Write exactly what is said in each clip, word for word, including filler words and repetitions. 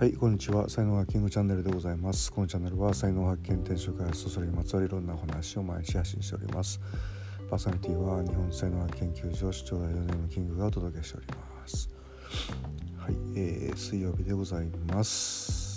はい、こんにちは。才能発見チャンネルでございます。このチャンネルは才能発見、転職開発とそれにまつわるいろんなお話を毎日発信しております。パーソナリティは日本才能発研究所主張ラジオネームキングがお届けしております。はい、えー、水曜日でございます、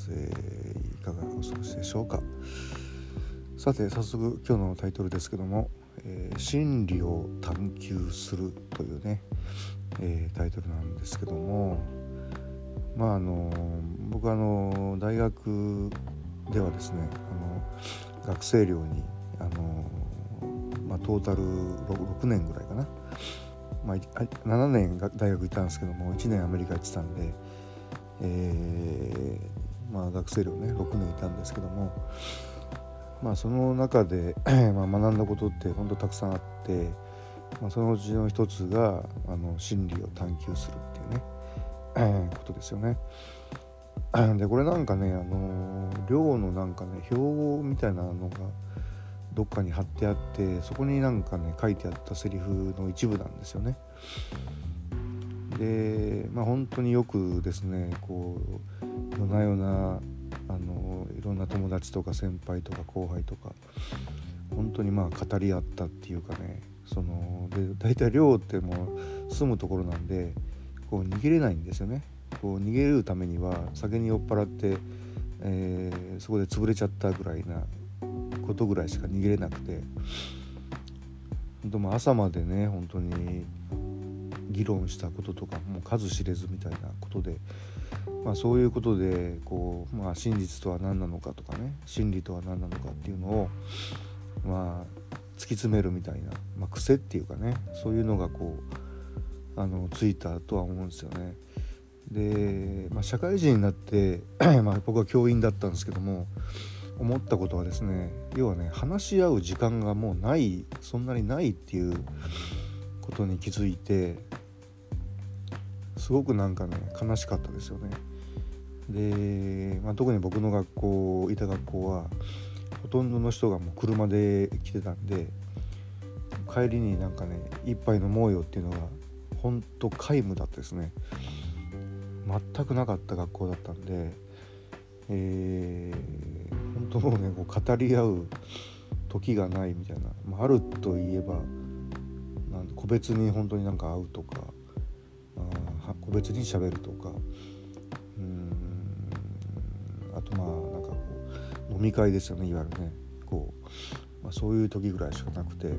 えー、いかがお過ごしでしょうか。さて早速今日のタイトルですけども、えー、真理を探求するというね、えー、タイトルなんですけども、まああの僕はあの大学ではですね、あの学生寮にあの、まあ、トータル 6, ろくねんぐらいかな、まあ、ななねん大学行ったんですけどもいちねんアメリカ行ってたんで、えーまあ、学生寮ねろくねんいたんですけども、まあ、その中で、まあ、学んだことって本当たくさんあって、まあ、そのうちの一つがあの真理を探求するっていうねことですよね。でこれなんかね、あの寮のなんかね標語みたいなのがどっかに貼ってあって、そこになんかね書いてあったセリフの一部なんですよね。でまあ本当によくですね、こう夜な夜なあのいろんな友達とか先輩とか後輩とか本当にまあ語り合ったっていうかね、そので大体寮ってもう住むところなんでこう逃げれないんですよね。こう逃げるためには酒に酔っ払って、えー、そこで潰れちゃったぐらいなことぐらいしか逃げれなくて、でも朝までね本当に議論したこととかもう数知れずみたいなことで、まあ、そういうことでこう、まあ、真実とは何なのかとかね、真理とは何なのかっていうのをまあ突き詰めるみたいな、まあ、癖っていうかね、そういうのがこうあのついたとは思うんですよね。で、まあ、社会人になってまあ僕は教員だったんですけども、思ったことはですね、要はね話し合う時間がもうない、そんなにないっていうことに気づいて、すごくなんかね悲しかったですよね。で、まあ、特に僕の学校いた学校はほとんどの人がもう車で来てたんで、帰りになんかね一杯飲もうよっていうのが本当皆無だったですね。全くなかった学校だったんで、えー、本当もうねこう語り合う時がないみたいな、まあ、あるといえばなん個別に本当になんか会うとか、あ個別に喋るとか、うーんあとまあなんかこう飲み会ですよね、いわゆるねこう、まあ、そういう時ぐらいしかなくて、だ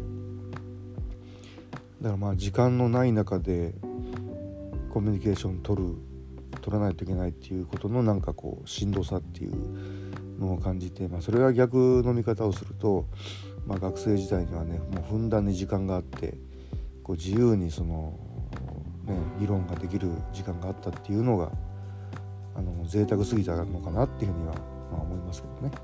からまあ時間のない中でコミュニケーション取る取らないといけないっていうことのなんかこうしんどさっていうのを感じて、まあ、それは逆の見方をすると、まあ、学生時代にはねもうふんだんに時間があって、こう自由にその、ね、議論ができる時間があったっていうのがあの贅沢すぎたのかなっていうふうには、まあ、思いますけどね。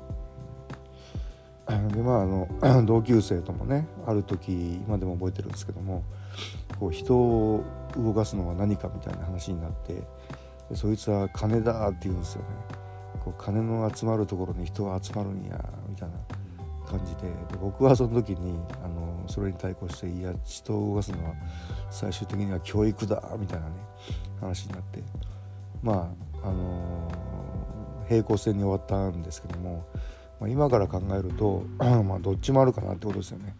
でまああの同級生ともねある時今でも覚えてるんですけども、こう人を動かすのは何かみたいな話になって、でそいつは金だって言うんですよね。こう金の集まるところに人は集まるんやみたいな感じ で, で僕はその時にあのそれに対抗して、いや人を動かすのは最終的には教育だみたいなね話になって、まああのー、平行線に終わったんですけども、まあ、今から考えるとまあどっちもあるかなってことですよね。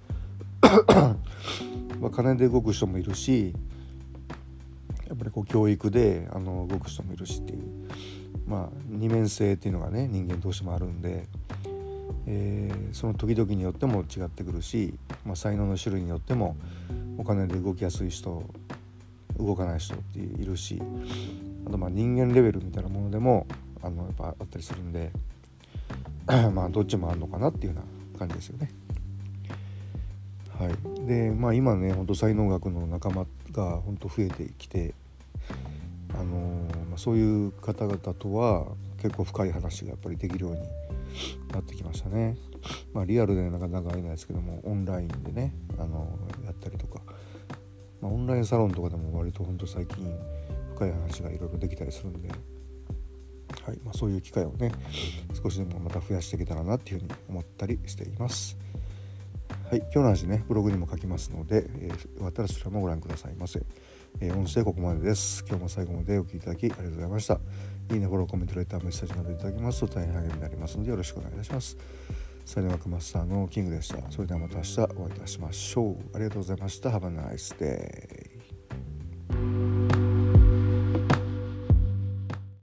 まあ金で動く人もいるし、やっぱりこう教育であの動く人もいるしっていう、まあ二面性っていうのがね人間どうしてもあるんで、えー、その時々によっても違ってくるし、まあ、才能の種類によってもお金で動きやすい人動かない人っているし、あとまあ人間レベルみたいなものでもあのやっぱあったりするんでまあどっちもあるのかなっていうような感じですよね。はい、でまあ今ね本当才能学の仲間が本当増えてきて、あのーまあ、そういう方々とは結構深い話がやっぱりできるようになってきましたね。まあリアルでなかなか会えないですけども、オンラインでね、あのー、やったりとか、まあ、オンラインサロンとかでも割と本当最近深い話がいろいろできたりするんで、はいまあ、そういう機会をね少しでもまた増やしていけたらなっていうふうに思ったりしています。 はい、今日の話ねブログにも書きますので、えー、よかったらそちらもご覧くださいませ。えー、音声ここまでです。今日も最後までお聞きいただきありがとうございました。いいね、フォロー、コメント、レター、メッセージなどいただきますと大変励みになりますのでよろしくお願いいたします。サイドワークマスターのキングでした。それではまた明日お会いいたしましょう。ありがとうございました。Have a nice day.